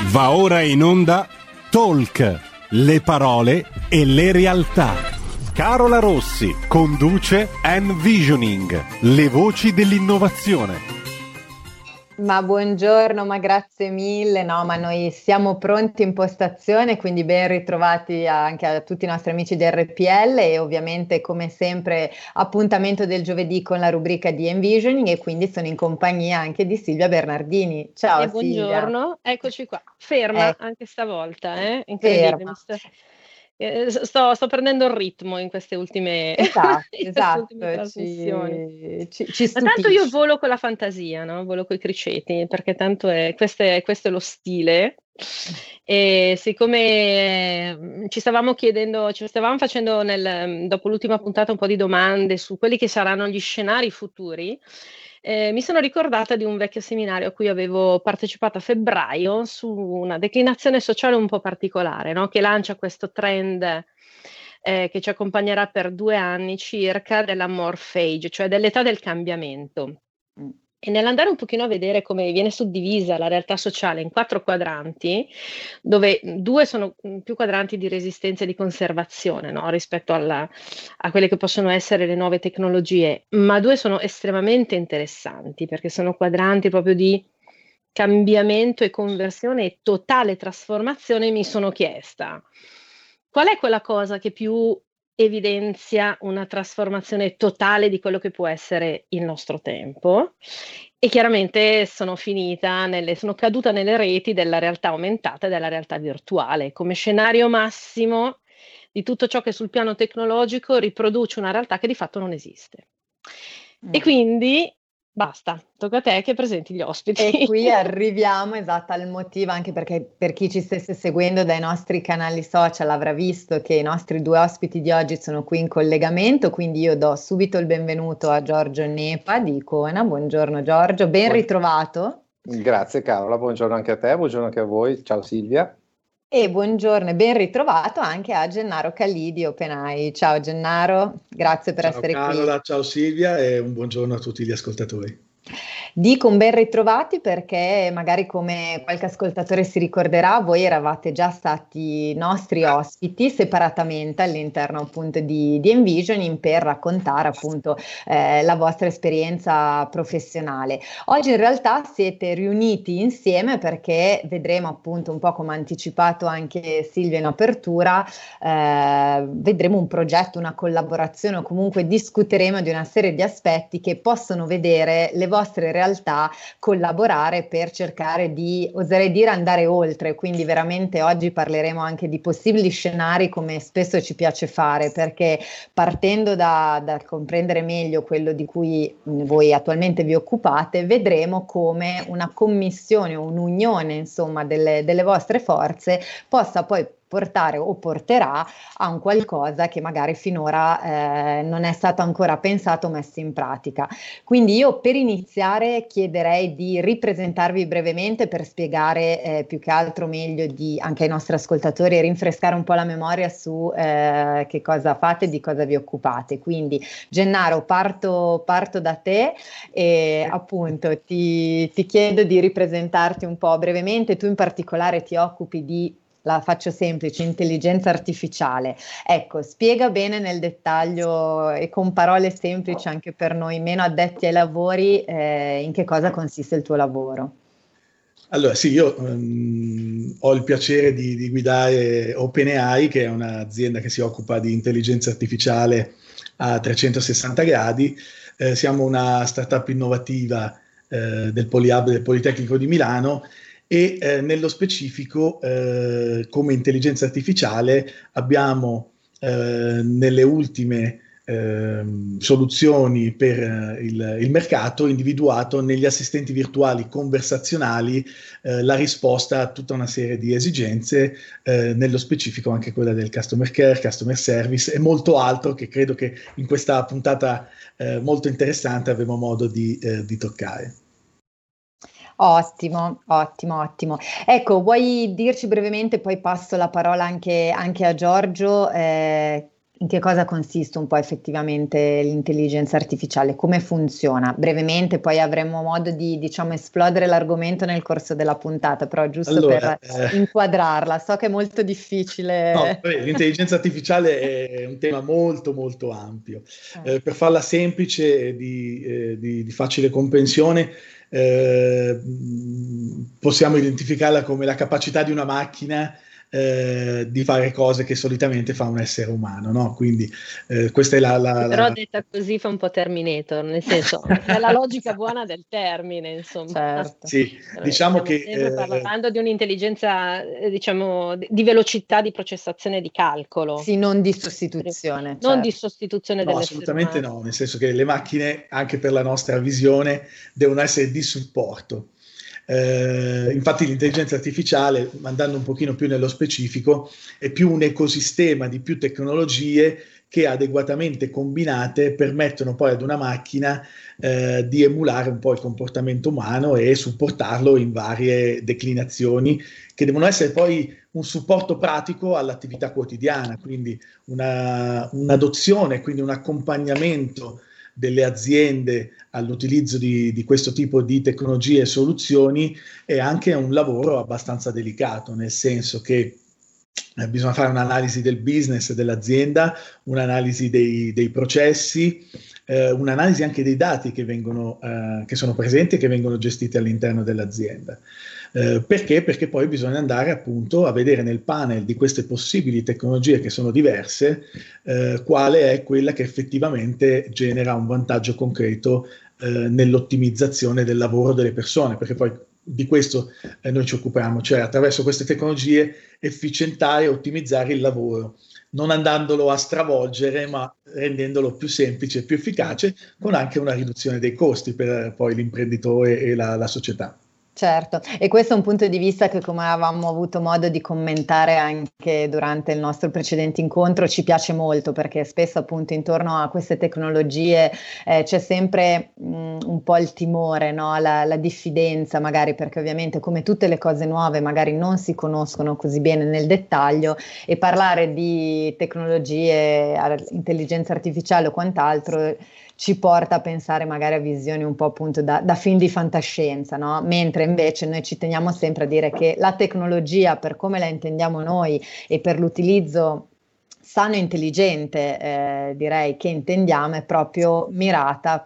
Va ora in onda Talk, le parole e le realtà. Carola Rossi conduce Envisioning, le voci dell'innovazione. Ma buongiorno, ma grazie mille. No, ma noi siamo pronti in postazione, quindi ben ritrovati anche a tutti i nostri amici di RPL e ovviamente come sempre appuntamento del giovedì con la rubrica di Envisioning e quindi sono in compagnia anche di Silvia Bernardini. Ciao Silvia. Buongiorno, eccoci qua, ferma Ecco, anche stavolta, incredibile. ferma. Sto prendendo il ritmo in queste ultime, in queste ultime trasmissioni. Ci Ma tanto io stupisci. volo con la fantasia, no? Volo con i criceti, perché tanto questo è lo stile. E siccome ci stavamo facendo dopo l'ultima puntata un po' di domande su quelli che saranno gli scenari futuri, mi sono ricordata di un vecchio seminario a cui avevo partecipato a febbraio su una declinazione sociale un po' particolare, no? Che lancia questo trend che ci accompagnerà per 2 anni circa della morphage, cioè dell'età del cambiamento. E nell'andare un pochino a vedere come viene suddivisa la realtà sociale in 4 quadranti, dove 2 sono più quadranti di resistenza e di conservazione, no? Rispetto a quelle che possono essere le nuove tecnologie, ma 2 sono estremamente interessanti perché sono quadranti proprio di cambiamento e conversione e totale trasformazione. Mi sono chiesta qual è quella cosa che più evidenzia una trasformazione totale di quello che può essere il nostro tempo, e chiaramente sono caduta nelle reti della realtà aumentata e della realtà virtuale come scenario massimo di tutto ciò che sul piano tecnologico riproduce una realtà che di fatto non esiste. E quindi basta, tocca a te che presenti gli ospiti. E qui arriviamo esatto al motivo, anche perché per chi ci stesse seguendo dai nostri canali social avrà visto che i nostri 2 ospiti di oggi sono qui in collegamento, quindi io do subito il benvenuto a Giorgio Nepa di Icona. Buongiorno Giorgio, ben ritrovato. Grazie Carola, buongiorno anche a te, buongiorno anche a voi, ciao Silvia. E buongiorno e ben ritrovato anche a Gennaro Callì di OpenAI. Ciao Gennaro, grazie per essere Ciao qui. Carola, ciao Silvia e un buongiorno a tutti gli ascoltatori. Dico un ben ritrovati perché magari come qualche ascoltatore si ricorderà, voi eravate già stati nostri ospiti separatamente all'interno appunto di Envisioning per raccontare appunto la vostra esperienza professionale. Oggi in realtà siete riuniti insieme perché vedremo appunto un po' come ha anticipato anche Silvia in apertura, vedremo un progetto, una collaborazione o comunque discuteremo di una serie di aspetti che possono vedere le vostre realtà collaborare per cercare di, oserei dire, andare oltre. Quindi veramente oggi parleremo anche di possibili scenari, come spesso ci piace fare, perché partendo da comprendere meglio quello di cui voi attualmente vi occupate, vedremo come una commissione o un'unione insomma delle vostre forze possa poi portare o porterà a un qualcosa che magari finora non è stato ancora pensato o messo in pratica. Quindi io per iniziare chiederei di ripresentarvi brevemente per spiegare più che altro meglio anche ai nostri ascoltatori e rinfrescare un po' la memoria su che cosa fate e di cosa vi occupate. Quindi Gennaro, parto da te e appunto ti chiedo di ripresentarti un po' brevemente. Tu in particolare ti occupi di, la faccio semplice, intelligenza artificiale. Ecco, spiega bene nel dettaglio e con parole semplici anche per noi meno addetti ai lavori in che cosa consiste il tuo lavoro. Allora sì, io ho il piacere di guidare OpenAI, che è un'azienda che si occupa di intelligenza artificiale a 360 gradi. Siamo una startup innovativa del Polyhub del Politecnico di Milano e nello specifico come intelligenza artificiale abbiamo nelle ultime soluzioni per il mercato individuato negli assistenti virtuali conversazionali la risposta a tutta una serie di esigenze, nello specifico anche quella del customer care, customer service e molto altro che credo che in questa puntata molto interessante avremo modo di toccare. Ottimo. Ecco, vuoi dirci brevemente, poi passo la parola anche a Giorgio, In che cosa consiste un po' effettivamente l'intelligenza artificiale? Come funziona? Brevemente, poi avremo modo di, diciamo, esplodere l'argomento nel corso della puntata, però giusto Allora, per inquadrarla. So che è molto difficile. no, l'intelligenza artificiale è un tema molto molto ampio. Per farla semplice e di facile comprensione, possiamo identificarla come la capacità di una macchina di fare cose che solitamente fa un essere umano, no? Quindi questa è Però detta così fa un po' Terminator, nel senso, è la logica buona del termine, insomma. Certo. Sì, diciamo che sempre parlando di un'intelligenza, diciamo, di velocità di processazione di calcolo. Sì, non di sostituzione. Non certo. di sostituzione no, dell'essere assolutamente umano. no, nel senso che le macchine, anche per la nostra visione, devono essere di supporto. Infatti l'intelligenza artificiale, andando un pochino più nello specifico, è più un ecosistema di più tecnologie che adeguatamente combinate permettono poi ad una macchina di emulare un po' il comportamento umano e supportarlo in varie declinazioni che devono essere poi un supporto pratico all'attività quotidiana, quindi un'adozione, quindi un accompagnamento delle aziende all'utilizzo di questo tipo di tecnologie e soluzioni è anche un lavoro abbastanza delicato, nel senso che bisogna fare un'analisi del business dell'azienda, un'analisi dei processi, un'analisi anche dei dati che sono presenti e che vengono gestiti all'interno dell'azienda. Perché? Perché poi bisogna andare appunto a vedere nel panel di queste possibili tecnologie che sono diverse quale è quella che effettivamente genera un vantaggio concreto nell'ottimizzazione del lavoro delle persone, perché poi di questo noi ci occupiamo, cioè attraverso queste tecnologie efficientare e ottimizzare il lavoro, non andandolo a stravolgere, ma rendendolo più semplice e più efficace, con anche una riduzione dei costi per poi l'imprenditore e la società. Certo, e questo è un punto di vista che, come avevamo avuto modo di commentare anche durante il nostro precedente incontro, ci piace molto, perché spesso appunto intorno a queste tecnologie c'è sempre un po' il timore, no? La diffidenza magari, perché ovviamente come tutte le cose nuove magari non si conoscono così bene nel dettaglio, e parlare di tecnologie, intelligenza artificiale o quant'altro ci porta a pensare magari a visioni un po' appunto da film di fantascienza, no? Mentre invece noi ci teniamo sempre a dire che la tecnologia, per come la intendiamo noi e per l'utilizzo sano e intelligente, direi che intendiamo, è proprio mirata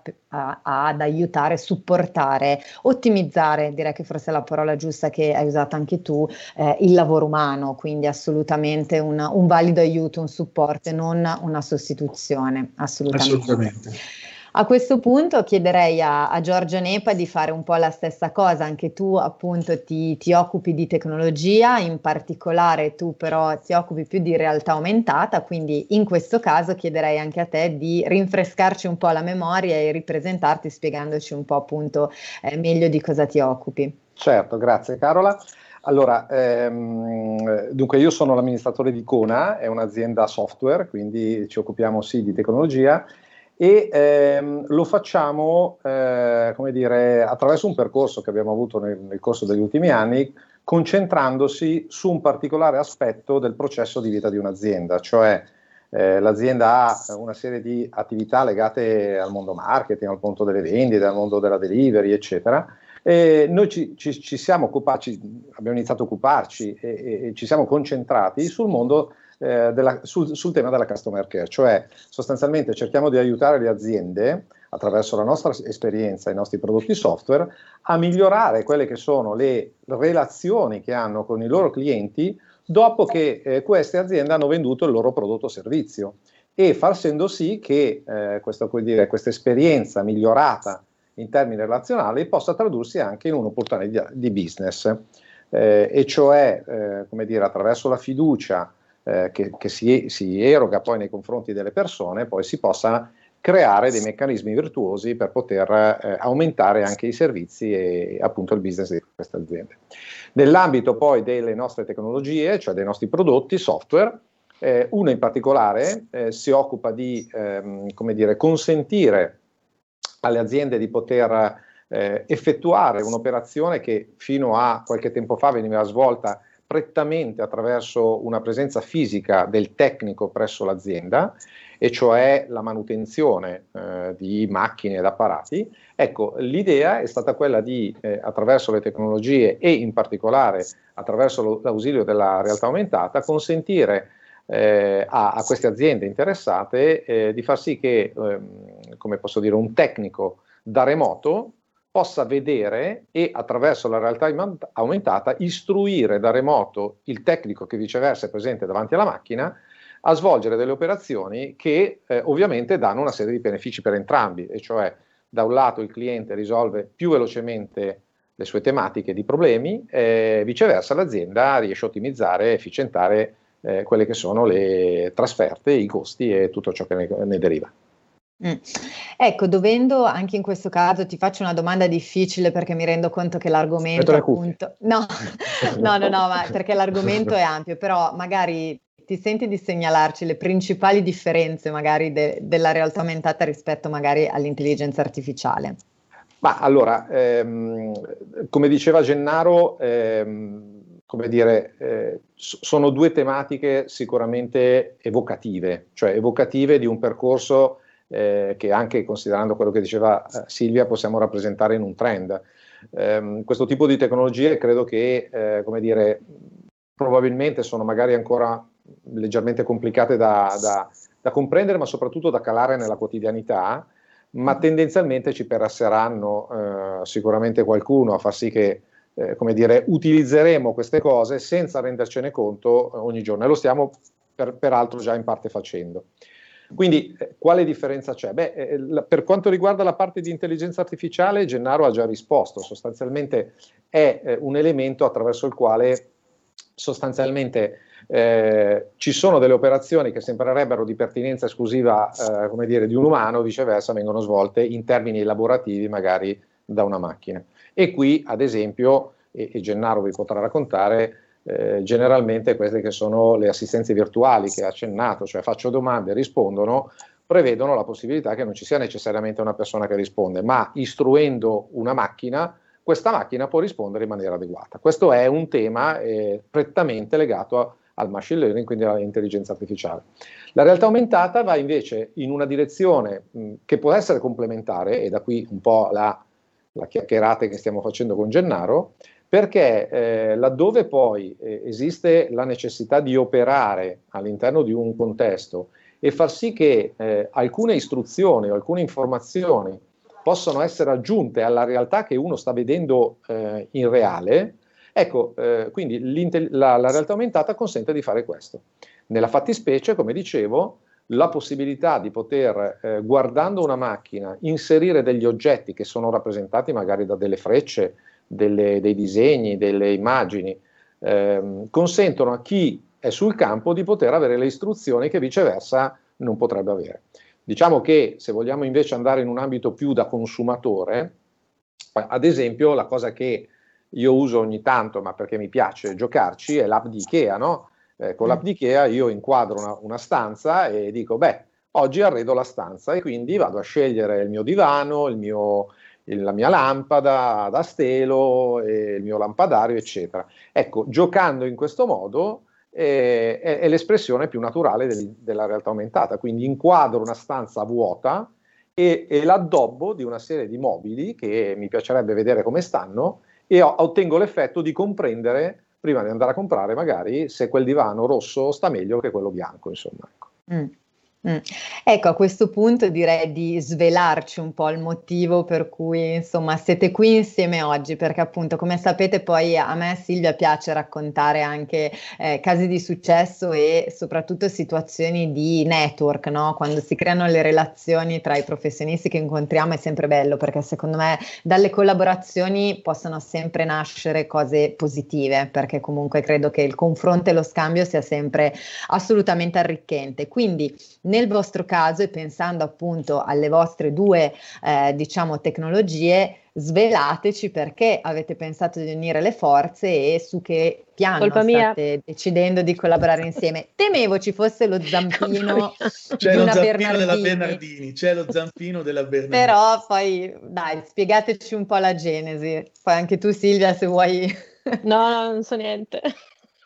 ad aiutare, supportare, ottimizzare, direi che forse è la parola giusta che hai usato anche tu, il lavoro umano, quindi assolutamente un valido aiuto, un supporto e non una sostituzione, assolutamente. A questo punto chiederei a Giorgio Nepa di fare un po' la stessa cosa. Anche tu appunto ti occupi di tecnologia, in particolare tu però ti occupi più di realtà aumentata, quindi in questo caso chiederei anche a te di rinfrescarci un po' la memoria e ripresentarti spiegandoci un po' appunto meglio di cosa ti occupi. Certo, grazie Carola. Allora, dunque io sono l'amministratore di Kona, è un'azienda software, quindi ci occupiamo sì di tecnologia, e lo facciamo come dire, attraverso un percorso che abbiamo avuto nel corso degli ultimi anni, concentrandosi su un particolare aspetto del processo di vita di un'azienda, cioè l'azienda ha una serie di attività legate al mondo marketing, al mondo delle vendite, al mondo della delivery, eccetera. E noi ci siamo occupati, abbiamo iniziato a occuparci e ci siamo concentrati sul mondo sul tema della customer care, cioè sostanzialmente cerchiamo di aiutare le aziende attraverso la nostra esperienza, i nostri prodotti software, a migliorare quelle che sono le relazioni che hanno con i loro clienti dopo che queste aziende hanno venduto il loro prodotto o servizio, e facendo sì che questa esperienza migliorata in termini relazionali possa tradursi anche in un'opportunità di business, e cioè come dire, attraverso la fiducia che si eroga poi nei confronti delle persone, poi si possa creare dei meccanismi virtuosi per poter aumentare anche i servizi e appunto il business di queste aziende. Nell'ambito poi delle nostre tecnologie, cioè dei nostri prodotti software, uno in particolare si occupa di come dire, consentire alle aziende di poter effettuare un'operazione che fino a qualche tempo fa veniva svolta prettamente attraverso una presenza fisica del tecnico presso l'azienda, e cioè la manutenzione di macchine ed apparati. Ecco, l'idea è stata quella di, attraverso le tecnologie e in particolare attraverso l'ausilio della realtà aumentata, consentire a queste aziende interessate di far sì che, come posso dire, un tecnico da remoto possa vedere e attraverso la realtà aumentata istruire da remoto il tecnico che viceversa è presente davanti alla macchina a svolgere delle operazioni che ovviamente danno una serie di benefici per entrambi, e cioè da un lato il cliente risolve più velocemente le sue tematiche di problemi, viceversa l'azienda riesce a ottimizzare e efficientare quelle che sono le trasferte, i costi e tutto ciò che ne deriva. Ecco, dovendo anche in questo caso, ti faccio una domanda difficile perché mi rendo conto che l'argomento appunto no, ma perché l'argomento è ampio, però magari ti senti di segnalarci le principali differenze magari della realtà aumentata rispetto magari all'intelligenza artificiale? Ma allora, come diceva Gennaro, come dire, sono due tematiche sicuramente evocative, cioè evocative di un percorso che anche considerando quello che diceva Silvia possiamo rappresentare in un trend. Questo tipo di tecnologie credo che, come dire, probabilmente sono magari ancora leggermente complicate da comprendere, ma soprattutto da calare nella quotidianità, ma tendenzialmente ci perasseranno sicuramente qualcuno a far sì che, come dire, utilizzeremo queste cose senza rendercene conto ogni giorno, e lo stiamo peraltro già in parte facendo. Quindi quale differenza c'è? Per quanto riguarda la parte di intelligenza artificiale, Gennaro ha già risposto, sostanzialmente è un elemento attraverso il quale sostanzialmente ci sono delle operazioni che sembrerebbero di pertinenza esclusiva come dire, di un umano, viceversa vengono svolte in termini lavorativi magari da una macchina. E qui ad esempio, e Gennaro vi potrà raccontare, generalmente queste che sono le assistenze virtuali che ha accennato, cioè faccio domande e rispondono, prevedono la possibilità che non ci sia necessariamente una persona che risponde, ma istruendo una macchina, questa macchina può rispondere in maniera adeguata. Questo è un tema prettamente legato al machine learning, quindi all'intelligenza artificiale. La realtà aumentata va invece in una direzione che può essere complementare, e da qui un po' la chiacchierata che stiamo facendo con Gennaro, perché laddove poi esiste la necessità di operare all'interno di un contesto e far sì che alcune istruzioni o alcune informazioni possono essere aggiunte alla realtà che uno sta vedendo in reale, ecco, quindi la realtà aumentata consente di fare questo. Nella fattispecie, come dicevo, la possibilità di poter, guardando una macchina, inserire degli oggetti che sono rappresentati magari da delle frecce, dei disegni, delle immagini, consentono a chi è sul campo di poter avere le istruzioni che viceversa non potrebbe avere. Diciamo che se vogliamo invece andare in un ambito più da consumatore, ad esempio la cosa che io uso ogni tanto, ma perché mi piace giocarci, è l'app di Ikea, no? Con l'app di Ikea io inquadro una stanza e dico, oggi arredo la stanza, e quindi vado a scegliere il mio divano, la mia lampada da stelo, il mio lampadario, eccetera. Ecco, giocando in questo modo è l'espressione più naturale della realtà aumentata, quindi inquadro una stanza vuota e l'addobbo di una serie di mobili che mi piacerebbe vedere come stanno, e ottengo l'effetto di comprendere, prima di andare a comprare magari, se quel divano rosso sta meglio che quello bianco, insomma. Ecco. Ecco, a questo punto direi di svelarci un po' il motivo per cui insomma siete qui insieme oggi, perché appunto come sapete poi a me, Silvia, piace raccontare anche casi di successo e soprattutto situazioni di network, no? Quando si creano le relazioni tra i professionisti che incontriamo è sempre bello, perché secondo me dalle collaborazioni possono sempre nascere cose positive, perché comunque credo che il confronto e lo scambio sia sempre assolutamente arricchente. Quindi nel vostro caso, e pensando appunto alle vostre due diciamo tecnologie, svelateci perché avete pensato di unire le forze e su che piano state decidendo di collaborare insieme. Temevo ci fosse lo zampino c'è di lo una zampino della Bernardini, c'è lo zampino della Bernardini. Però poi dai, spiegateci un po' la genesi. Poi anche tu, Silvia, se vuoi. No, non so niente.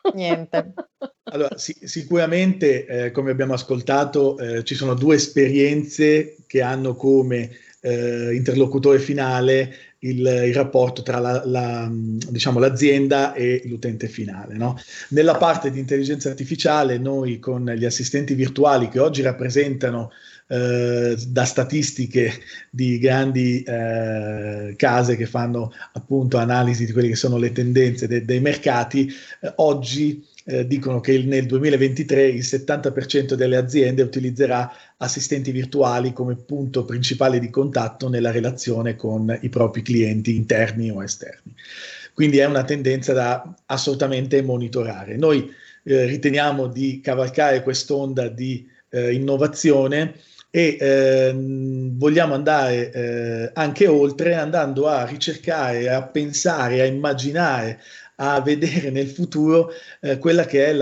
Niente. Allora, sicuramente, come abbiamo ascoltato, ci sono due esperienze che hanno come interlocutore finale il rapporto tra diciamo, l'azienda e l'utente finale, no? Nella parte di intelligenza artificiale, noi con gli assistenti virtuali che oggi rappresentano da statistiche di grandi case che fanno appunto analisi di quelle che sono le tendenze dei mercati, oggi dicono che nel 2023 il 70% delle aziende utilizzerà assistenti virtuali come punto principale di contatto nella relazione con i propri clienti interni o esterni. Quindi è una tendenza da assolutamente monitorare. Noi riteniamo di cavalcare quest'onda di innovazione e vogliamo andare anche oltre, andando a ricercare, a pensare, a immaginare, a vedere nel futuro quella che è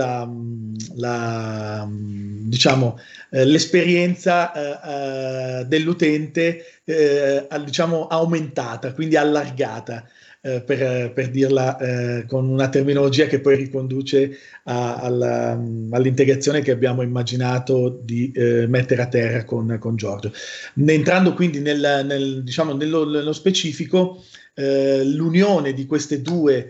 diciamo, l'esperienza dell'utente diciamo, aumentata, quindi allargata. Per dirla con una terminologia che poi riconduce all'integrazione che abbiamo immaginato di mettere a terra con Giorgio. Entrando quindi diciamo, nello specifico, l'unione di queste due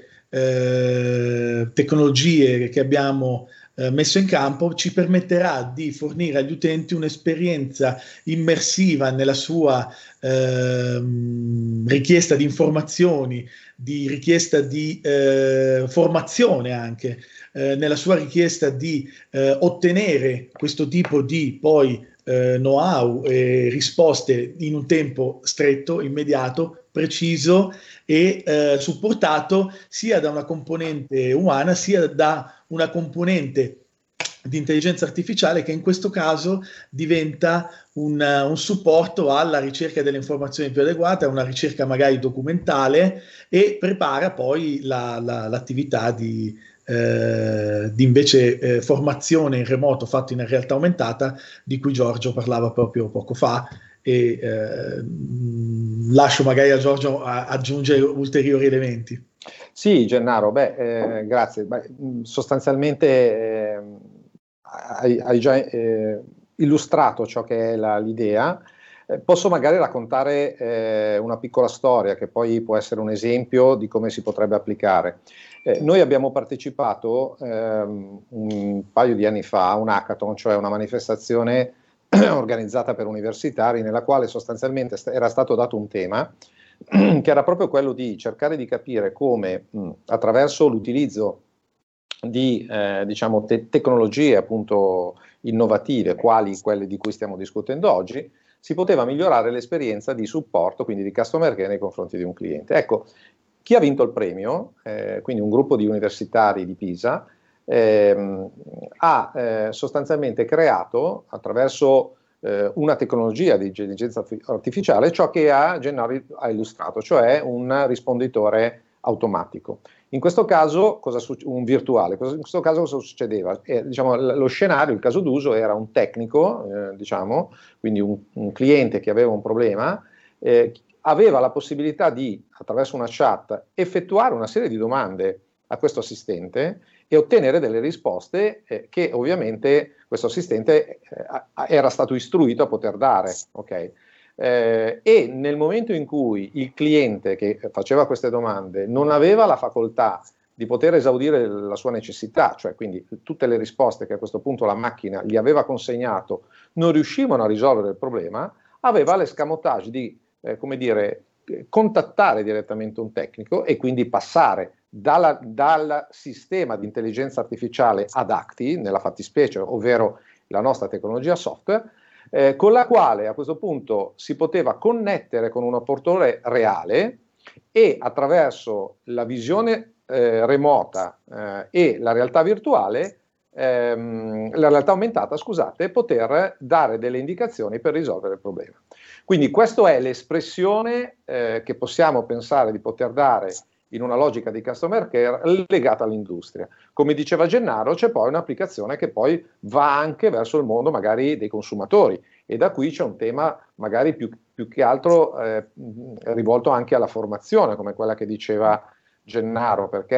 tecnologie che abbiamo messo in campo ci permetterà di fornire agli utenti un'esperienza immersiva nella sua richiesta di informazioni, di richiesta di formazione anche, nella sua richiesta di ottenere questo tipo di poi know-how e risposte in un tempo stretto, immediato, preciso e supportato sia da una componente umana sia da una componente di intelligenza artificiale che in questo caso diventa un supporto alla ricerca delle informazioni più adeguate, a una ricerca magari documentale e prepara poi l'attività di invece formazione in remoto fatta in realtà aumentata di cui Giorgio parlava proprio poco fa e lascio magari a Giorgio aggiungere ulteriori elementi. Sì, Gennaro, grazie. Sostanzialmente hai già illustrato ciò che è l'idea. Posso magari raccontare una piccola storia che poi può essere un esempio di come si potrebbe applicare. Noi abbiamo partecipato un paio di anni fa a un hackathon, cioè una manifestazione organizzata per universitari, nella quale sostanzialmente era stato dato un tema che era proprio quello di cercare di capire come attraverso l'utilizzo di diciamo tecnologie appunto innovative, quali quelle di cui stiamo discutendo oggi, si poteva migliorare l'esperienza di supporto, quindi di customer care nei confronti di un cliente. Ecco, chi ha vinto il premio, quindi un gruppo di universitari di Pisa, ha sostanzialmente creato attraverso una tecnologia di intelligenza artificiale ciò che Gennaro ha illustrato, cioè un risponditore automatico. In questo caso un virtuale, in questo caso cosa succedeva? Diciamo, lo scenario, il caso d'uso era un tecnico, diciamo, quindi un cliente che aveva un problema, aveva la possibilità di, attraverso una chat, effettuare una serie di domande a questo assistente e ottenere delle risposte che ovviamente questo assistente era stato istruito a poter dare. Okay? E nel momento in cui il cliente che faceva queste domande non aveva la facoltà di poter esaudire la sua necessità, cioè quindi tutte le risposte che a questo punto la macchina gli aveva consegnato non riuscivano a risolvere il problema, aveva l'escamotage di come dire, contattare direttamente un tecnico e quindi passare dal sistema di intelligenza artificiale ad ACTI, nella fattispecie, ovvero la nostra tecnologia software, con la quale a questo punto si poteva connettere con un operatore reale e attraverso la visione remota e la realtà virtuale, la realtà aumentata, scusate, poter dare delle indicazioni per risolvere il problema. Quindi questa è l'espressione che possiamo pensare di poter dare in una logica di customer care legata all'industria. Come diceva Gennaro, c'è poi un'applicazione che poi va anche verso il mondo magari dei consumatori e da qui c'è un tema magari più che altro rivolto anche alla formazione, come quella che diceva Gennaro, perché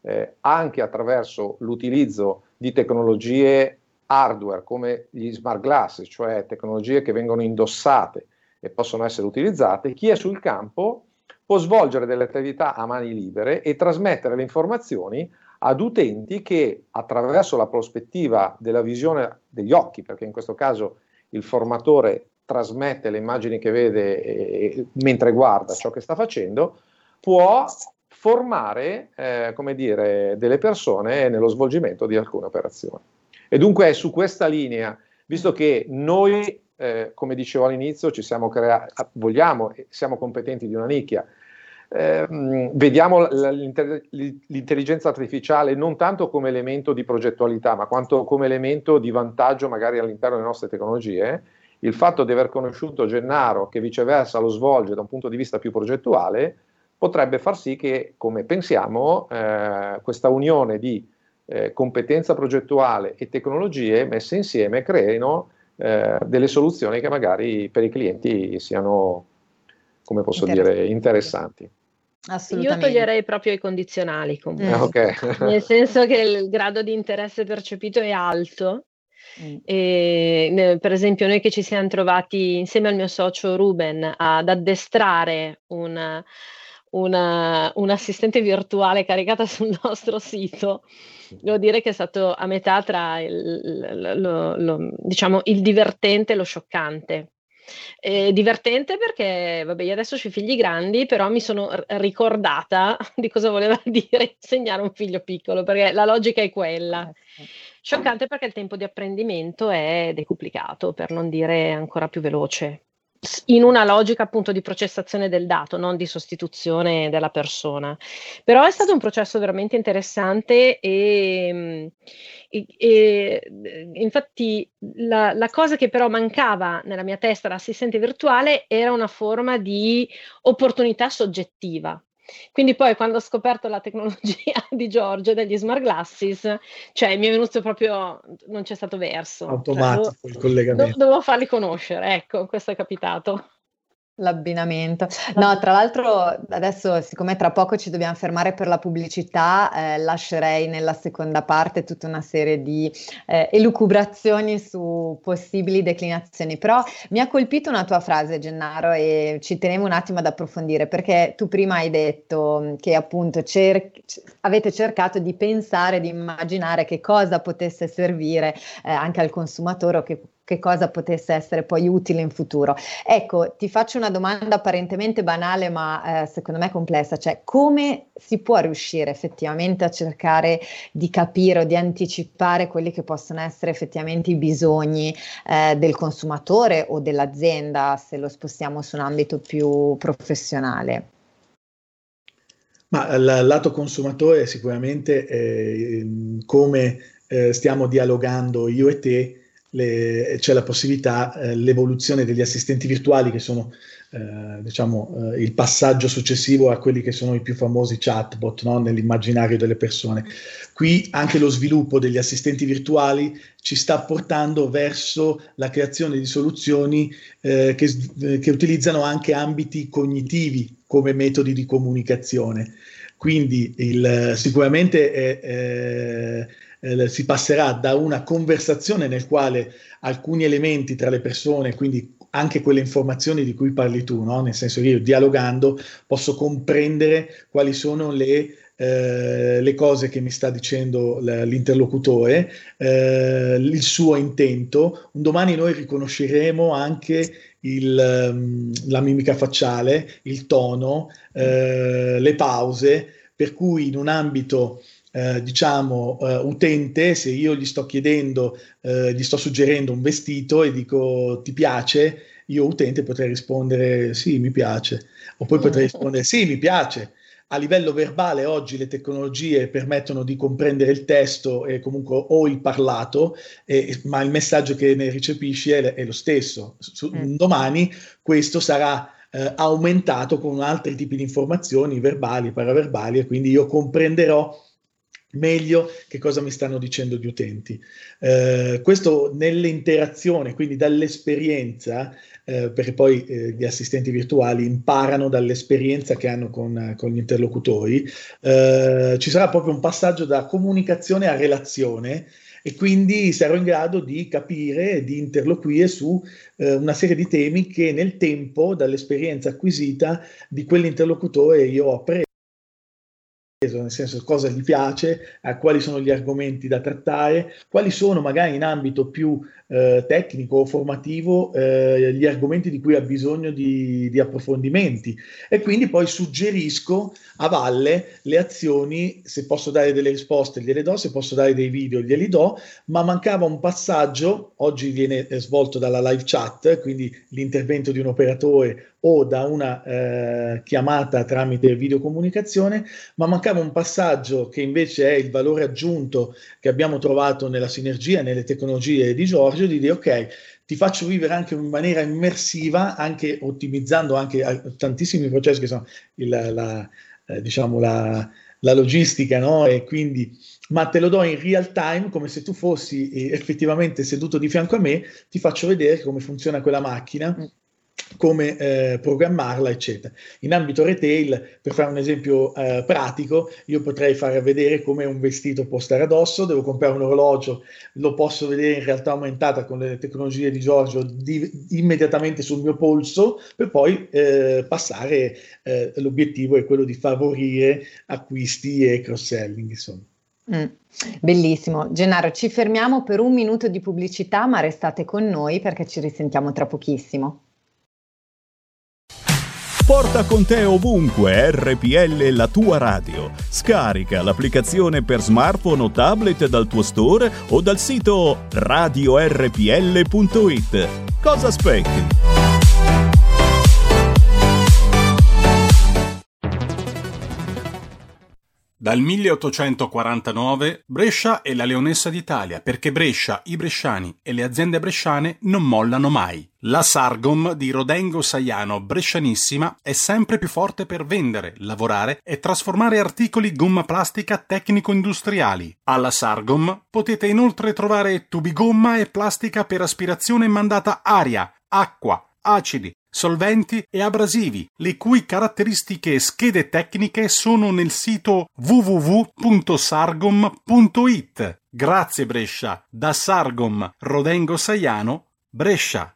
anche attraverso l'utilizzo di tecnologie hardware come gli smart glasses, cioè tecnologie che vengono indossate e possono essere utilizzate, chi è sul campo può svolgere delle attività a mani libere e trasmettere le informazioni ad utenti che, attraverso la prospettiva della visione degli occhi, perché in questo caso il formatore trasmette le immagini che vede mentre guarda ciò che sta facendo, può formare come dire, delle persone nello svolgimento di alcune operazioni. E dunque è su questa linea, visto che noi, come dicevo all'inizio, ci siamo vogliamo e siamo competenti di una nicchia, vediamo l'intelligenza artificiale non tanto come elemento di progettualità, ma quanto come elemento di vantaggio magari all'interno delle nostre tecnologie. Il fatto di aver conosciuto Gennaro, che viceversa lo svolge da un punto di vista più progettuale, potrebbe far sì che, come pensiamo, questa unione di competenza progettuale e tecnologie messe insieme creino delle soluzioni che magari per i clienti siano, come posso dire, interessanti. Io toglierei proprio i condizionali comunque, Okay. nel senso che il grado di interesse percepito è alto. E, per esempio noi che ci siamo trovati insieme al mio socio Ruben ad addestrare un assistente virtuale caricata sul nostro sito, devo dire che è stato a metà tra diciamo, il divertente e lo scioccante. Divertente perché, vabbè, io adesso ho i figli grandi, però mi sono ricordata di cosa voleva dire insegnare un figlio piccolo, perché la logica è quella. Scioccante perché il tempo di apprendimento è decuplicato, per non dire ancora più veloce, in una logica appunto di processazione del dato, non di sostituzione della persona. Però è stato un processo veramente interessante e infatti la cosa che però mancava nella mia testa l'assistente virtuale era una forma di opportunità soggettiva. Quindi poi quando ho scoperto la tecnologia di Giorgio degli smart glasses, cioè mi è venuto proprio, non c'è stato verso. Automatico, cioè, il collegamento. Dovevo farli conoscere, ecco, questo è capitato. L'abbinamento. No, tra l'altro adesso, siccome tra poco ci dobbiamo fermare per la pubblicità, lascerei nella seconda parte tutta una serie di elucubrazioni su possibili declinazioni, però mi ha colpito una tua frase, Gennaro, e ci tenevo un attimo ad approfondire, perché tu prima hai detto che appunto avete cercato di pensare, di immaginare che cosa potesse servire anche al consumatore o che cosa potesse essere poi utile in futuro. Ecco, ti faccio una domanda apparentemente banale, ma secondo me complessa, cioè come si può riuscire effettivamente a cercare di capire o di anticipare quelli che possono essere effettivamente i bisogni del consumatore o dell'azienda, se lo spostiamo su un ambito più professionale? Ma il lato consumatore sicuramente come stiamo dialogando io e te, c'è la possibilità, l'evoluzione degli assistenti virtuali che sono diciamo il passaggio successivo a quelli che sono i più famosi chatbot, no? Nell'immaginario delle persone. Qui anche lo sviluppo degli assistenti virtuali ci sta portando verso la creazione di soluzioni che utilizzano anche ambiti cognitivi come metodi di comunicazione. Quindi sicuramente si passerà da una conversazione nel quale alcuni elementi tra le persone, quindi anche quelle informazioni di cui parli tu, no? Nel senso che io dialogando posso comprendere quali sono le cose che mi sta dicendo l'interlocutore, il suo intento. Un domani noi riconosceremo anche la mimica facciale, il tono, le pause, per cui in un ambito diciamo utente, se io gli sto chiedendo, gli sto suggerendo un vestito e dico ti piace, io utente potrei rispondere sì, mi piace, o poi potrei rispondere sì, mi piace. A livello verbale oggi le tecnologie permettono di comprendere il testo e comunque o il parlato, ma il messaggio che ne recepisci è lo stesso. Domani questo sarà aumentato con altri tipi di informazioni verbali, paraverbali, e quindi io comprenderò meglio che cosa mi stanno dicendo gli utenti. Questo nell'interazione, quindi dall'esperienza, perché poi gli assistenti virtuali imparano dall'esperienza che hanno con gli interlocutori, ci sarà proprio un passaggio da comunicazione a relazione, e quindi sarò in grado di capire e di interloquire su una serie di temi che nel tempo, dall'esperienza acquisita di quell'interlocutore, io ho appreso, nel senso cosa gli piace, quali sono gli argomenti da trattare, quali sono magari in ambito più tecnico o formativo gli argomenti di cui ha bisogno di approfondimenti, e quindi poi suggerisco a valle le azioni. Se posso dare delle risposte gliele do, se posso dare dei video glieli do, ma mancava un passaggio. Oggi viene svolto dalla live chat, quindi l'intervento di un operatore o da una chiamata tramite videocomunicazione, ma mancava un passaggio che invece è il valore aggiunto che abbiamo trovato nella sinergia, nelle tecnologie di Giorgio, di dire ok, ti faccio vivere anche in maniera immersiva, anche ottimizzando anche tantissimi processi che sono diciamo la logistica, no? E quindi, ma te lo do in real time, come se tu fossi effettivamente seduto di fianco a me, ti faccio vedere come funziona quella macchina, come programmarla, eccetera. In ambito retail, per fare un esempio pratico, io potrei far vedere come un vestito può stare addosso. Devo comprare un orologio, lo posso vedere in realtà aumentata con le tecnologie di Giorgio immediatamente sul mio polso, per poi passare. L'obiettivo è quello di favorire acquisti e cross-selling, insomma. Bellissimo. Gennaro, ci fermiamo per un minuto di pubblicità, ma restate con noi perché ci risentiamo tra pochissimo. Porta con te ovunque RPL, la tua radio. Scarica l'applicazione per smartphone o tablet dal tuo store o dal sito radiorpl.it. Cosa aspetti? Dal 1849 Brescia è la leonessa d'Italia, perché Brescia, i bresciani e le aziende bresciane non mollano mai. La Sargom di Rodengo Saiano Brescianissima è sempre più forte per vendere, lavorare e trasformare articoli gomma plastica tecnico-industriali. Alla Sargom potete inoltre trovare tubi gomma e plastica per aspirazione mandata aria, acqua, acidi, solventi e abrasivi, le cui caratteristiche e schede tecniche sono nel sito www.sargom.it. Grazie Brescia, da Sargom Rodengo Saiano, Brescia.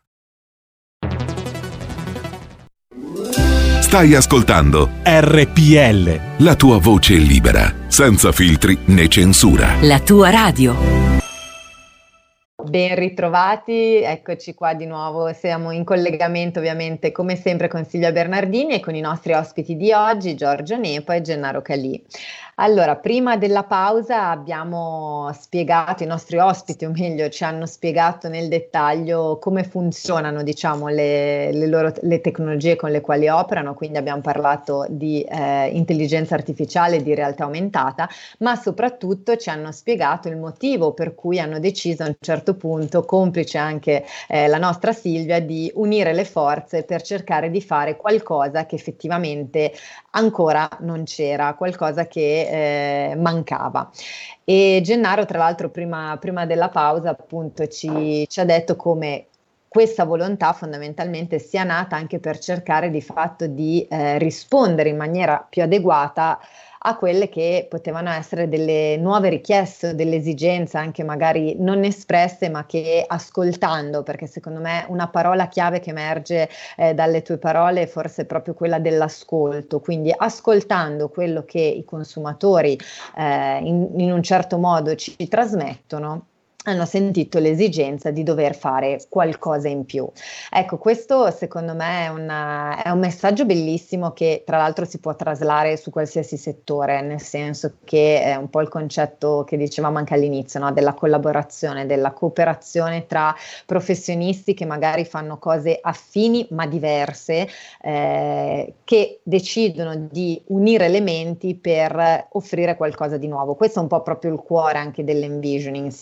Stai ascoltando RPL, la tua voce libera, senza filtri né censura. La tua radio. Ben ritrovati, eccoci qua di nuovo, siamo in collegamento ovviamente come sempre con Silvia Bernardini e con i nostri ospiti di oggi, Giorgio Nepo e Gennaro Calì. Allora, prima della pausa abbiamo spiegato, i nostri ospiti o meglio ci hanno spiegato nel dettaglio come funzionano, diciamo, le tecnologie con le quali operano, quindi abbiamo parlato di intelligenza artificiale, di realtà aumentata, ma soprattutto ci hanno spiegato il motivo per cui hanno deciso a un certo punto, complice anche la nostra Silvia, di unire le forze per cercare di fare qualcosa che effettivamente ancora non c'era, qualcosa che mancava. E Gennaro, tra l'altro, prima della pausa appunto ci ha detto come questa volontà fondamentalmente sia nata anche per cercare di fatto di rispondere in maniera più adeguata a quelle che potevano essere delle nuove richieste, delle esigenze anche magari non espresse, ma che ascoltando, perché secondo me una parola chiave che emerge dalle tue parole è forse proprio quella dell'ascolto, quindi ascoltando quello che i consumatori in un certo modo ci trasmettono, hanno sentito l'esigenza di dover fare qualcosa in più. Ecco, questo secondo me è un messaggio bellissimo che tra l'altro si può traslare su qualsiasi settore, nel senso che è un po' il concetto che dicevamo anche all'inizio, no? Della collaborazione, della cooperazione tra professionisti che magari fanno cose affini ma diverse, che decidono di unire elementi per offrire qualcosa di nuovo. Questo è un po' proprio il cuore anche dell'envisioning, Silvia, non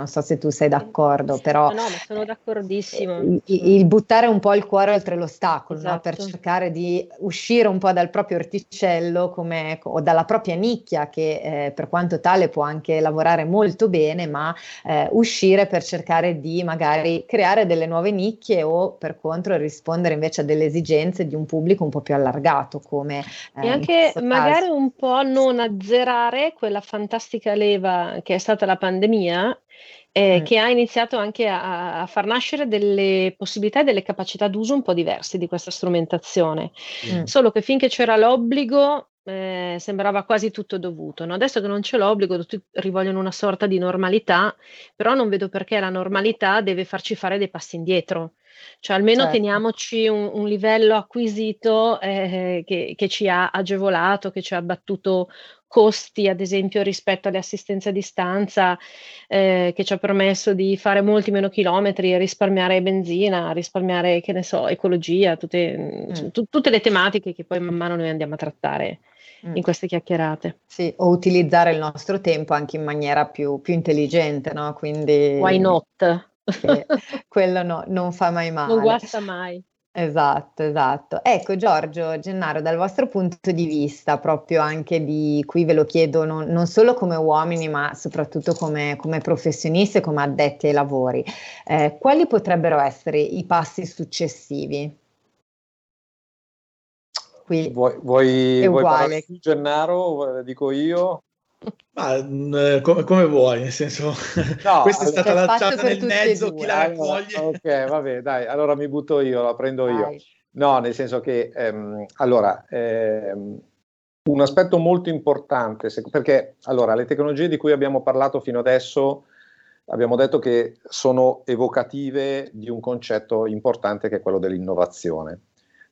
so se tu sei d'accordo, però No, ma sono d'accordissimo. il buttare un po' il cuore oltre l'ostacolo, no? Per Esatto. cercare di uscire un po' dal proprio orticello o dalla propria nicchia, che per quanto tale può anche lavorare molto bene, ma uscire per cercare di magari creare delle nuove nicchie o per contro rispondere invece a delle esigenze di un pubblico un po' più allargato, come E in anche questo magari caso. un po' non azzerare quella fantastica leva che è stata la pandemia, che ha iniziato anche a far nascere delle possibilità e delle capacità d'uso un po' diverse di questa strumentazione. Solo che finché c'era l'obbligo, sembrava quasi tutto dovuto, no? Adesso che non c'è l'obbligo, tutti rivogliono una sorta di normalità, però non vedo perché la normalità deve farci fare dei passi indietro. Cioè almeno Certo. teniamoci un livello acquisito che ci ha agevolato, che ci ha abbattuto costi, ad esempio rispetto alle assistenze a distanza, che ci ha permesso di fare molti meno chilometri, risparmiare benzina, risparmiare, che ne so, ecologia, tutte le tematiche che poi man mano noi andiamo a trattare in queste chiacchierate. Sì, o utilizzare il nostro tempo anche in maniera più intelligente, no? Quindi Why not? quello no, non fa mai male. Non guasta mai. Esatto. Ecco Giorgio, Gennaro, dal vostro punto di vista, proprio anche di qui ve lo chiedo non solo come uomini, ma soprattutto come professionisti e come addetti ai lavori, quali potrebbero essere i passi successivi? Qui Vuoi uguale. parlare tu, Gennaro? Dico io? Ma come vuoi, nel senso, No, questa è stata c'è spazio lanciata per nel tutti e mezzo, due. chi la raccoglie? Ok, vabbè, dai, allora mi butto io, la prendo io. Vai. No, nel senso che, un aspetto molto importante, perché allora, le tecnologie di cui abbiamo parlato fino adesso, abbiamo detto che sono evocative di un concetto importante che è quello dell'innovazione.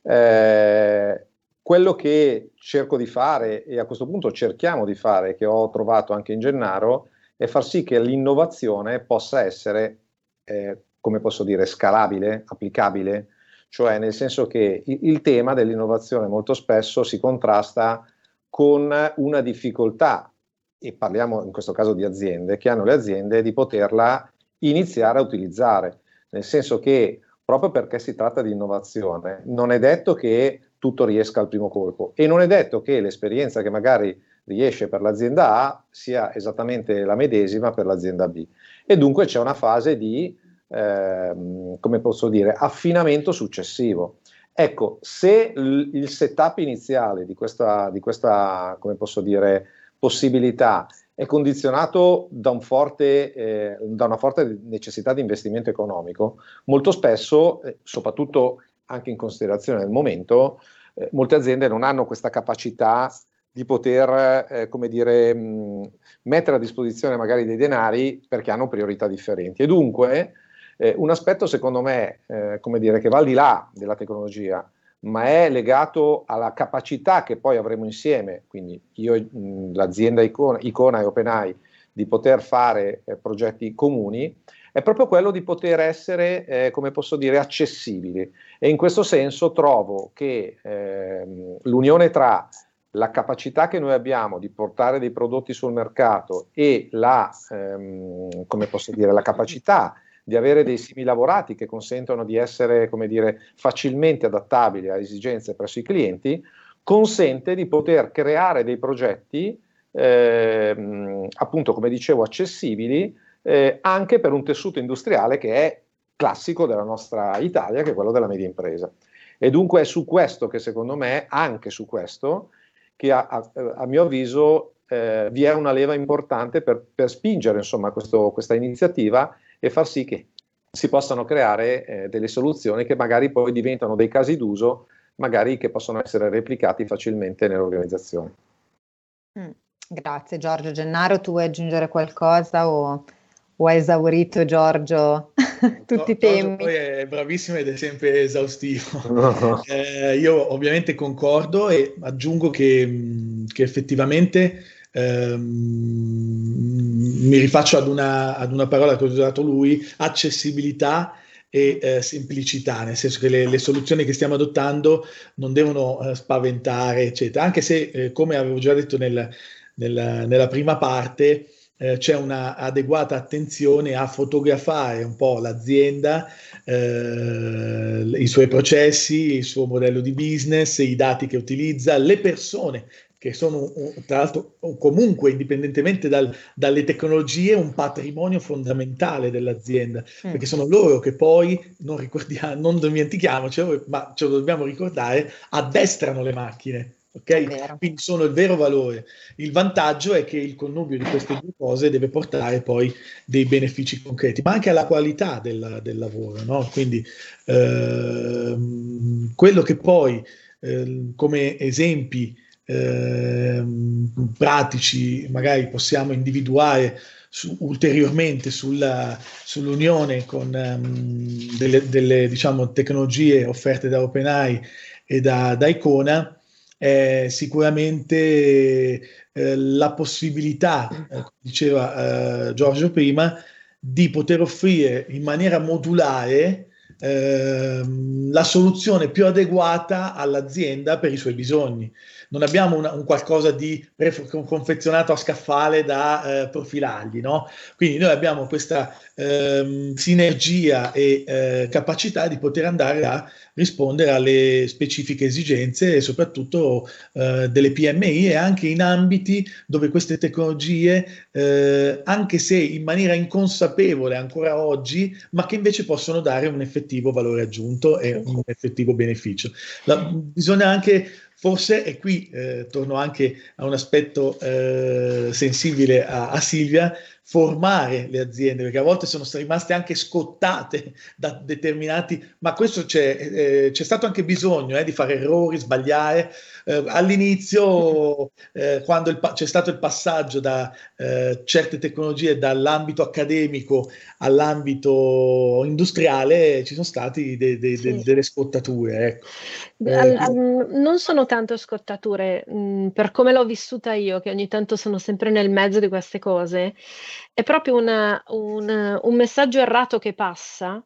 Quello che cerco di fare, e a questo punto cerchiamo di fare, che ho trovato anche in Gennaro, è far sì che l'innovazione possa essere, come posso dire, scalabile, applicabile, cioè nel senso che il tema dell'innovazione molto spesso si contrasta con una difficoltà, e parliamo in questo caso di aziende, che hanno le aziende di poterla iniziare a utilizzare, nel senso che proprio perché si tratta di innovazione, non è detto che tutto riesca al primo colpo e non è detto che l'esperienza che magari riesce per l'azienda A sia esattamente la medesima per l'azienda B. E dunque c'è una fase di, come posso dire, affinamento successivo. Ecco, se il setup iniziale di questa, come posso dire, possibilità è condizionato da una forte necessità di investimento economico, molto spesso, soprattutto anche in considerazione del momento, molte aziende non hanno questa capacità di poter, come dire, mettere a disposizione magari dei denari perché hanno priorità differenti. E dunque un aspetto secondo me, come dire, che va al di là della tecnologia, ma è legato alla capacità che poi avremo insieme, quindi io, l'azienda Icona e OpenAI, di poter fare progetti comuni, è proprio quello di poter essere, come posso dire, accessibili. E in questo senso trovo che l'unione tra la capacità che noi abbiamo di portare dei prodotti sul mercato e come posso dire, la capacità di avere dei semilavorati che consentono di essere, come dire, facilmente adattabili a esigenze presso i clienti, consente di poter creare dei progetti, appunto, come dicevo, accessibili, anche per un tessuto industriale che è classico della nostra Italia, che è quello della media impresa. E dunque è su questo che secondo me, anche su questo, che a mio avviso vi è una leva importante per spingere insomma questa iniziativa e far sì che si possano creare delle soluzioni che magari poi diventano dei casi d'uso, magari che possono essere replicati facilmente nelle organizzazioni. Grazie Giorgio. Gennaro, tu vuoi aggiungere qualcosa o hai esaurito Giorgio tutti i temi? Giorgio poi è bravissimo ed è sempre esaustivo. Io ovviamente concordo e aggiungo che effettivamente mi rifaccio ad una parola che ha usato lui: accessibilità e semplicità, nel senso che le soluzioni che stiamo adottando non devono spaventare, eccetera, anche se come avevo già detto nella prima parte, c'è una adeguata attenzione a fotografare un po' l'azienda, i suoi processi, il suo modello di business, i dati che utilizza, le persone che sono tra l'altro comunque indipendentemente dalle tecnologie un patrimonio fondamentale dell'azienda, perché sono loro che poi, non dimentichiamocelo, ma ce lo dobbiamo ricordare, addestrano le macchine. Ok? Quindi sono il vero valore. Il vantaggio è che il connubio di queste due cose deve portare poi dei benefici concreti, ma anche alla qualità del lavoro, no? Quindi quello che poi come esempi pratici magari possiamo individuare ulteriormente sull'unione con delle diciamo, tecnologie offerte da OpenAI e da Icona, sicuramente la possibilità, diceva Giorgio prima, di poter offrire in maniera modulare la soluzione più adeguata all'azienda per i suoi bisogni. Non abbiamo un qualcosa di confezionato a scaffale da profilargli, no? Quindi noi abbiamo questa sinergia e capacità di poter andare a rispondere alle specifiche esigenze e soprattutto delle PMI, e anche in ambiti dove queste tecnologie, anche se in maniera inconsapevole ancora oggi, ma che invece possono dare un effettivo valore aggiunto e un effettivo beneficio. Bisogna anche, forse, e qui torno anche a un aspetto sensibile a Silvia, formare le aziende, perché a volte sono rimaste anche scottate da determinati, ma questo c'è stato anche bisogno di fare errori, sbagliare. All'inizio, quando c'è stato il passaggio da certe tecnologie dall'ambito accademico all'ambito industriale, ci sono stati delle scottature. Ecco. Non sono tanto scottature, per come l'ho vissuta io, che ogni tanto sono sempre nel mezzo di queste cose, è proprio un messaggio errato che passa.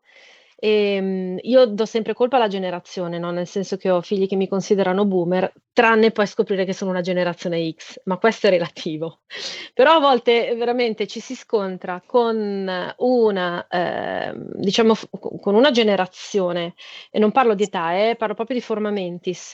E io do sempre colpa alla generazione, no? Nel senso che ho figli che mi considerano boomer, tranne poi scoprire che sono una generazione X, ma questo è relativo. Però a volte veramente ci si scontra con diciamo, con una generazione, e non parlo di età, parlo proprio di forma mentis,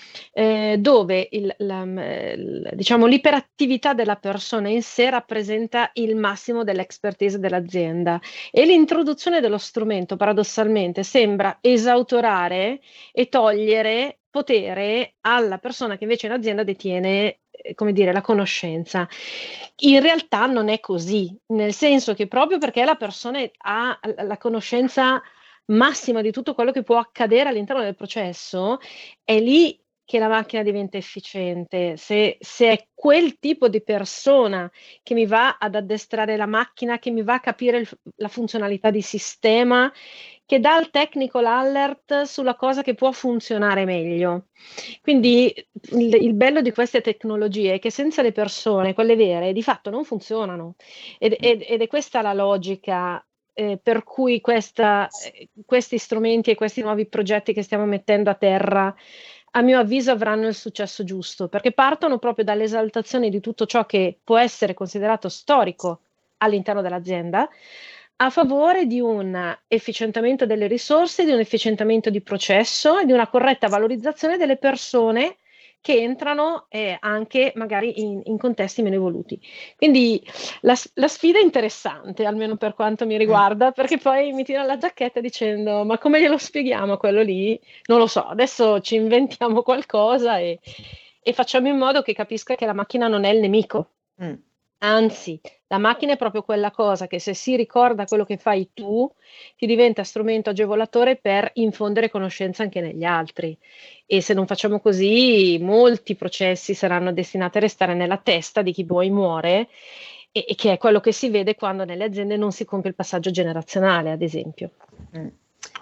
dove diciamo, l'iperattività della persona in sé rappresenta il massimo dell'expertise dell'azienda, e l'introduzione dello strumento paradossalmente sembra esautorare e togliere potere alla persona che invece in azienda detiene, come dire, la conoscenza. In realtà non è così, nel senso che proprio perché la persona ha la conoscenza massima di tutto quello che può accadere all'interno del processo, è lì che la macchina diventa efficiente. Se è quel tipo di persona che mi va ad addestrare la macchina, che mi va a capire la funzionalità di sistema, che dà il technical alert sulla cosa che può funzionare meglio. Quindi il bello di queste tecnologie è che senza le persone, quelle vere, di fatto non funzionano. Ed è questa la logica per cui questi strumenti e questi nuovi progetti che stiamo mettendo a terra, a mio avviso, avranno il successo giusto, perché partono proprio dall'esaltazione di tutto ciò che può essere considerato storico all'interno dell'azienda, a favore di un efficientamento delle risorse, di un efficientamento di processo e di una corretta valorizzazione delle persone che entrano anche magari in contesti meno evoluti. Quindi la sfida è interessante, almeno per quanto mi riguarda, perché poi mi tira la giacchetta dicendo: ma come glielo spieghiamo a quello lì? Non lo so, adesso ci inventiamo qualcosa e facciamo in modo che capisca che la macchina non è il nemico. Anzi, la macchina è proprio quella cosa che, se si ricorda quello che fai tu, ti diventa strumento agevolatore per infondere conoscenza anche negli altri. E se non facciamo così, molti processi saranno destinati a restare nella testa di chi poi muore, e che è quello che si vede quando nelle aziende non si compie il passaggio generazionale, ad esempio.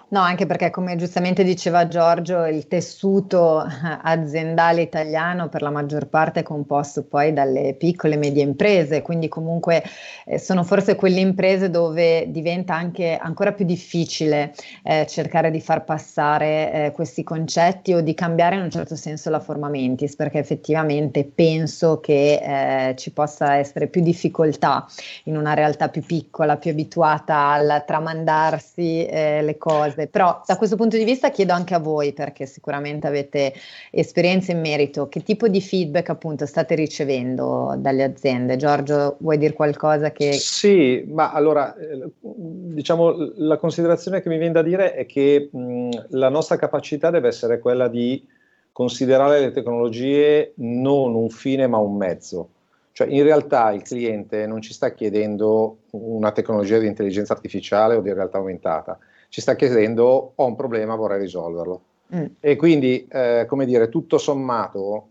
No, anche perché come giustamente diceva Giorgio, il tessuto aziendale italiano per la maggior parte è composto poi dalle piccole e medie imprese, quindi comunque sono forse quelle imprese dove diventa anche ancora più difficile cercare di far passare questi concetti o di cambiare in un certo senso la forma mentis, perché effettivamente penso che ci possa essere più difficoltà in una realtà più piccola, più abituata al tramandarsi le cose. Però da questo punto di vista chiedo anche a voi, perché sicuramente avete esperienza in merito, che tipo di feedback appunto state ricevendo dalle aziende? Giorgio, vuoi dire qualcosa che... Sì, ma allora diciamo la considerazione che mi viene da dire è che la nostra capacità deve essere quella di considerare le tecnologie non un fine ma un mezzo. Cioè in realtà il cliente non ci sta chiedendo una tecnologia di intelligenza artificiale o di realtà aumentata, ci sta chiedendo ho un problema, vorrei risolverlo. E quindi, come dire, tutto sommato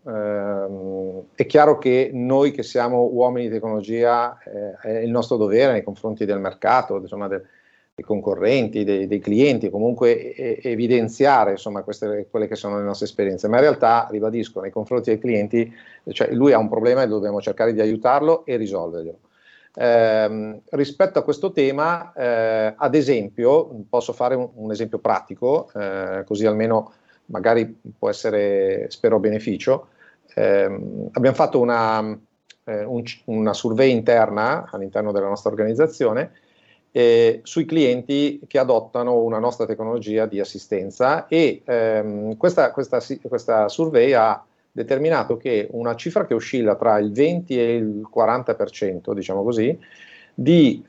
è chiaro che noi che siamo uomini di tecnologia è il nostro dovere nei confronti del mercato, insomma, dei concorrenti, dei clienti, comunque evidenziare insomma quelle che sono le nostre esperienze, ma in realtà, ribadisco, nei confronti dei clienti, cioè lui ha un problema e dobbiamo cercare di aiutarlo e risolverlo. Rispetto a questo tema, ad esempio, posso fare un esempio pratico, così almeno magari può essere, spero, beneficio. Abbiamo fatto una survey interna all'interno della nostra organizzazione sui clienti che adottano una nostra tecnologia di assistenza e questa survey ha determinato che una cifra che oscilla tra il 20 e il 40%, diciamo così, di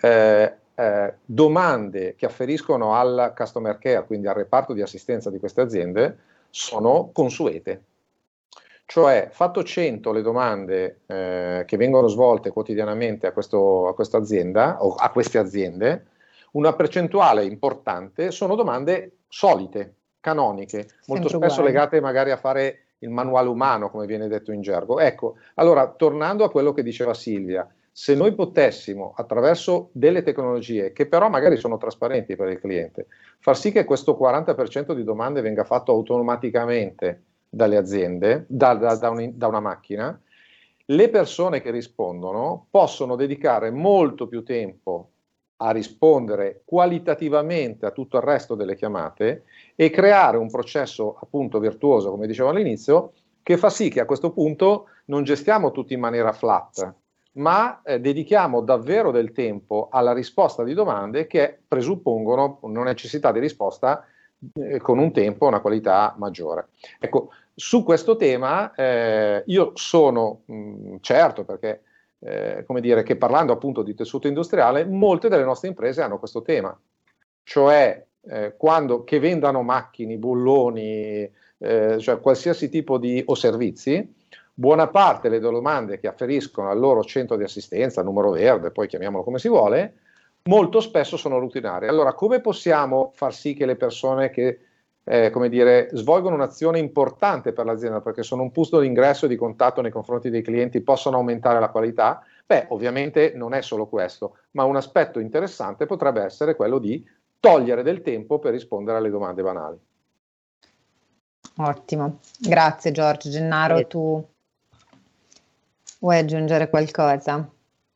domande che afferiscono al customer care, quindi al reparto di assistenza di queste aziende, sono consuete. Cioè, fatto 100 le domande che vengono svolte quotidianamente a questa azienda o a queste aziende, una percentuale importante sono domande solite, canoniche, molto spesso legate magari a fare il manuale umano, come viene detto in gergo. Ecco, allora, tornando a quello che diceva Silvia, se noi potessimo, attraverso delle tecnologie, che però magari sono trasparenti per il cliente, far sì che questo 40% di domande venga fatto automaticamente dalle aziende, da una macchina, le persone che rispondono possono dedicare molto più tempo a rispondere qualitativamente a tutto il resto delle chiamate e creare un processo appunto virtuoso, come dicevo all'inizio, che fa sì che a questo punto non gestiamo tutti in maniera flat, ma dedichiamo davvero del tempo alla risposta di domande che presuppongono una necessità di risposta con un tempo, una qualità maggiore. Ecco, su questo tema io sono certo, perché come dire, che parlando appunto di tessuto industriale, molte delle nostre imprese hanno questo tema, cioè che vendano macchine, bulloni, cioè qualsiasi tipo di o servizi, buona parte delle domande che afferiscono al loro centro di assistenza, numero verde, poi chiamiamolo come si vuole, molto spesso sono rutinarie. Allora, come possiamo far sì che le persone che come dire, svolgono un'azione importante per l'azienda, perché sono un punto di ingresso e di contatto nei confronti dei clienti, possono aumentare la qualità? Beh, ovviamente non è solo questo, ma un aspetto interessante potrebbe essere quello di togliere del tempo per rispondere alle domande banali. Ottimo, grazie Giorgio. Gennaro, tu vuoi aggiungere qualcosa?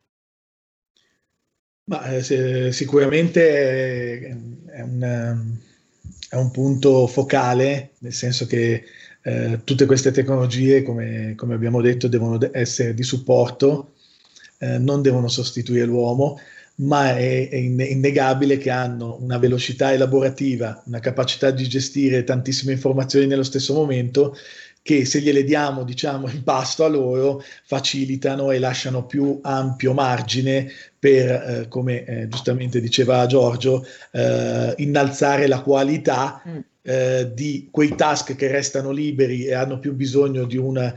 Ma, sicuramente è un punto focale, nel senso che tutte queste tecnologie, come abbiamo detto, devono essere di supporto, non devono sostituire l'uomo, ma è innegabile che hanno una velocità elaborativa, una capacità di gestire tantissime informazioni nello stesso momento, che se gliele diamo, diciamo, in pasto a loro, facilitano e lasciano più ampio margine per, come giustamente diceva Giorgio, innalzare la qualità di quei task che restano liberi e hanno più bisogno di un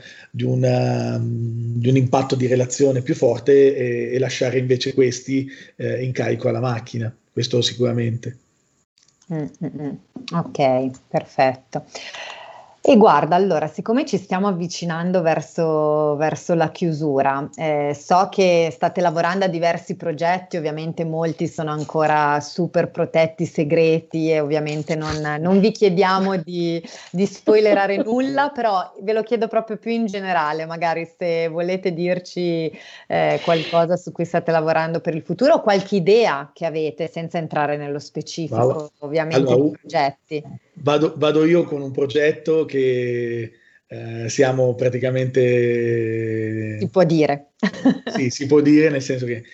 impatto di relazione più forte e lasciare invece questi in carico alla macchina. Questo sicuramente. Ok, perfetto. E guarda, allora, siccome ci stiamo avvicinando verso la chiusura, so che state lavorando a diversi progetti, ovviamente molti sono ancora super protetti, segreti, e ovviamente non vi chiediamo di spoilerare nulla, però ve lo chiedo proprio più in generale, magari se volete dirci qualcosa su cui state lavorando per il futuro, o qualche idea che avete, senza entrare nello specifico, ovviamente, Allora, di progetti. vado io con un progetto che siamo praticamente... Si può dire. Sì, si può dire, nel senso che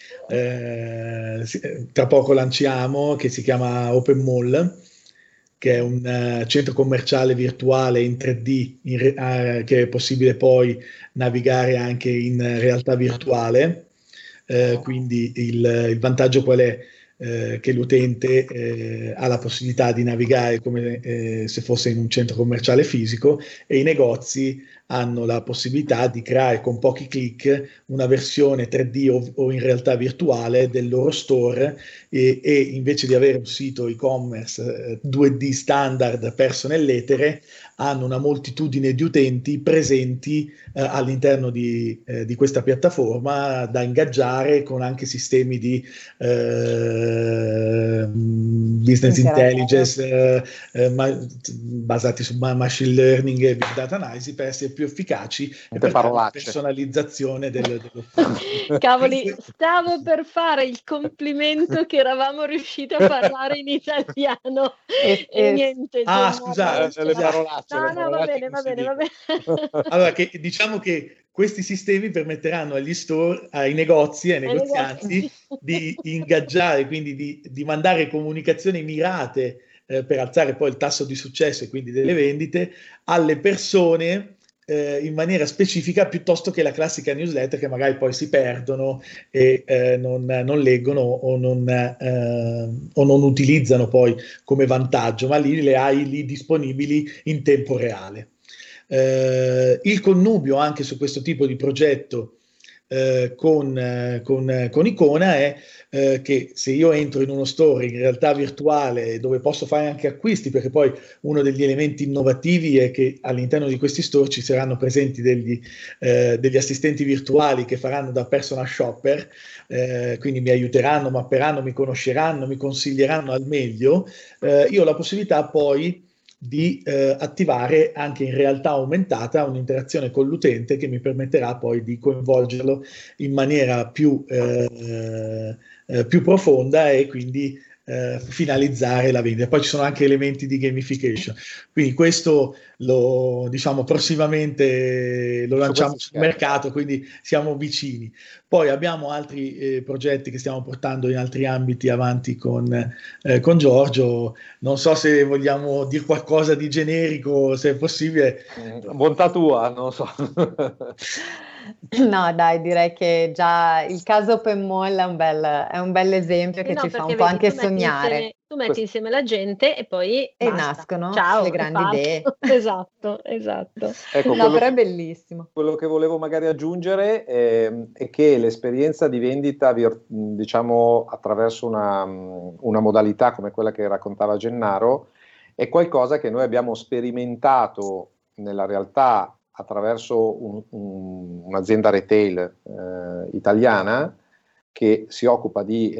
tra poco lanciamo, che si chiama Open Mall, che è un centro commerciale virtuale in 3D che è possibile poi navigare anche in realtà virtuale. Quindi il vantaggio qual è? Che l'utente ha la possibilità di navigare come se fosse in un centro commerciale fisico, e i negozi hanno la possibilità di creare con pochi click una versione 3D o in realtà virtuale del loro store, e invece di avere un sito e-commerce 2D standard perso nell'etere, hanno una moltitudine di utenti presenti all'interno di questa piattaforma, da ingaggiare con anche sistemi di business intelligence basati su machine learning e big data analysis, per essere più efficaci e per dare la personalizzazione dell'offerta. Cavoli, stavo per fare il complimento che eravamo riusciti a parlare in italiano e niente. Scusate, le parolacce. No, va bene. Allora, diciamo che questi sistemi permetteranno agli store, ai negozi, ai negozianti di ingaggiare, quindi di mandare comunicazioni mirate per alzare poi il tasso di successo e quindi delle vendite alle persone in maniera specifica, piuttosto che la classica newsletter che magari poi si perdono e non leggono o non utilizzano poi come vantaggio, ma lì le hai lì disponibili in tempo reale. Il connubio anche su questo tipo di progetto con Icona è che se io entro in uno store in realtà virtuale, dove posso fare anche acquisti, perché poi uno degli elementi innovativi è che all'interno di questi store ci saranno presenti degli assistenti virtuali che faranno da personal shopper, quindi mi aiuteranno, mapperanno, mi conosceranno, mi consiglieranno al meglio. Io ho la possibilità poi di attivare anche in realtà aumentata un'interazione con l'utente che mi permetterà poi di coinvolgerlo in maniera più profonda e quindi finalizzare la vendita. Poi ci sono anche elementi di gamification, quindi questo prossimamente lo lanciamo sul mercato, quindi siamo vicini. Poi abbiamo altri progetti che stiamo portando in altri ambiti avanti con Giorgio. Non so se vogliamo dire qualcosa di generico, se è possibile. Bontà tua, non lo so. No, dai, direi che già il caso Open Mall è un bel esempio che ci fa un po' anche sognare. Tu metti insieme la gente e poi nascono le grandi idee. Esatto. Ecco, no, però è bellissimo. Quello che volevo magari aggiungere è che l'esperienza di vendita, diciamo, attraverso una modalità come quella che raccontava Gennaro, è qualcosa che noi abbiamo sperimentato nella realtà attraverso un'azienda retail italiana che si occupa di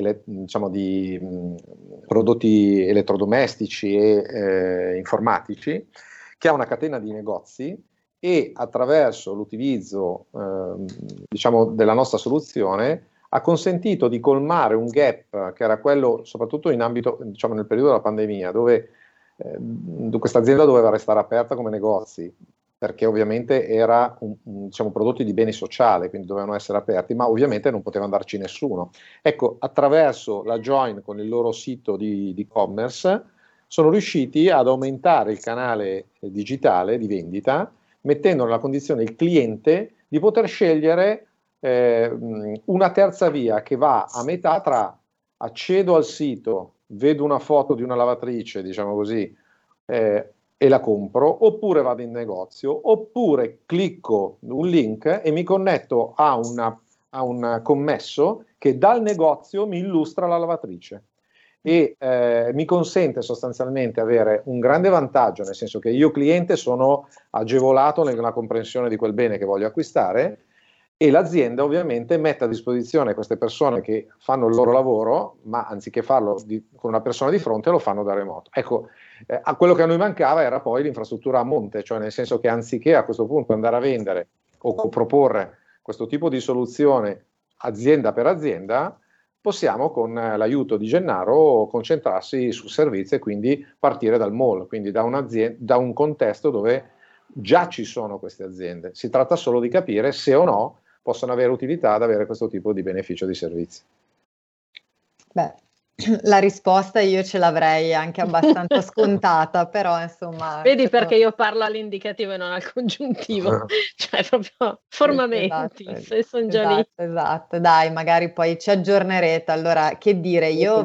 prodotti elettrodomestici e informatici, che ha una catena di negozi, e attraverso l'utilizzo della nostra soluzione ha consentito di colmare un gap che era quello soprattutto in ambito, nel periodo della pandemia, dove questa azienda doveva restare aperta come negozi, perché ovviamente era prodotti di beni sociali, quindi dovevano essere aperti, ma ovviamente non poteva andarci nessuno. Ecco, attraverso la Join con il loro sito di e-commerce sono riusciti ad aumentare il canale digitale di vendita, mettendo nella condizione il cliente di poter scegliere una terza via che va a metà tra accedo al sito, vedo una foto di una lavatrice, diciamo così, e la compro, oppure vado in negozio, oppure clicco un link e mi connetto a un commesso che dal negozio mi illustra la lavatrice. e mi consente sostanzialmente avere un grande vantaggio, nel senso che io cliente sono agevolato nella comprensione di quel bene che voglio acquistare, e l'azienda ovviamente mette a disposizione queste persone che fanno il loro lavoro, ma anziché farlo con una persona di fronte lo fanno da remoto. Ecco, a quello che a noi mancava era poi l'infrastruttura a monte, cioè nel senso che anziché a questo punto andare a vendere o proporre questo tipo di soluzione azienda per azienda, possiamo con l'aiuto di Gennaro concentrarsi sul servizio e quindi partire dal mall, quindi da un contesto dove già ci sono queste aziende. Si tratta solo di capire se o no possono avere utilità ad avere questo tipo di beneficio di servizi. Beh, la risposta io ce l'avrei anche abbastanza scontata, però insomma... Vedi perché io parlo all'indicativo e non al congiuntivo, cioè proprio formamenti, se sono già lì. Esatto, dai, magari poi ci aggiornerete. Allora, che dire, io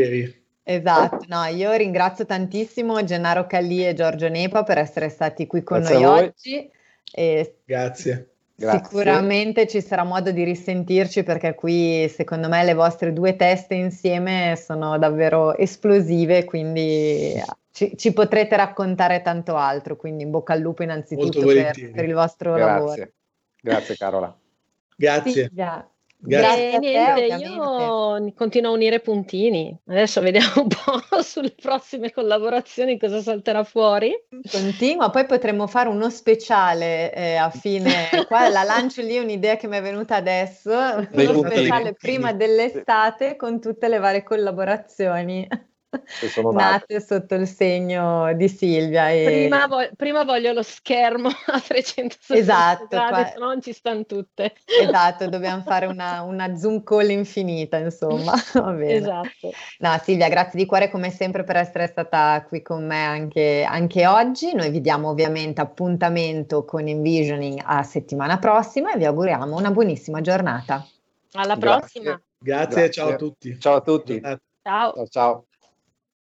io ringrazio tantissimo Gennaro Callì e Giorgio Nepa per essere stati qui con noi oggi. Grazie. Sicuramente ci sarà modo di risentirci, perché qui secondo me le vostre due teste insieme sono davvero esplosive, quindi ci potrete raccontare tanto altro, quindi in bocca al lupo innanzitutto per il vostro lavoro. Grazie Carola. Grazie. Silvia. Grazie a te, io continuo a unire puntini. Adesso vediamo un po' sulle prossime collaborazioni cosa salterà fuori. Continua, poi potremmo fare uno speciale a fine, qua la lancio lì, un'idea che mi è venuta adesso, uno speciale prima dell'estate con tutte le varie collaborazioni nate sotto il segno di Silvia. Prima voglio lo schermo a 360 gradi, se no non ci stanno tutte. Esatto, dobbiamo fare una Zoom call infinita, insomma. Va bene. Esatto. No, Silvia, grazie di cuore come sempre per essere stata qui con me anche oggi. Noi vi diamo ovviamente appuntamento con Envisioning a settimana prossima e vi auguriamo una buonissima giornata. Alla prossima. Grazie. Ciao a tutti. Ciao a tutti. Ciao.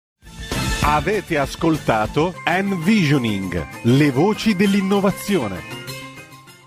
Avete ascoltato Envisioning, le voci dell'innovazione.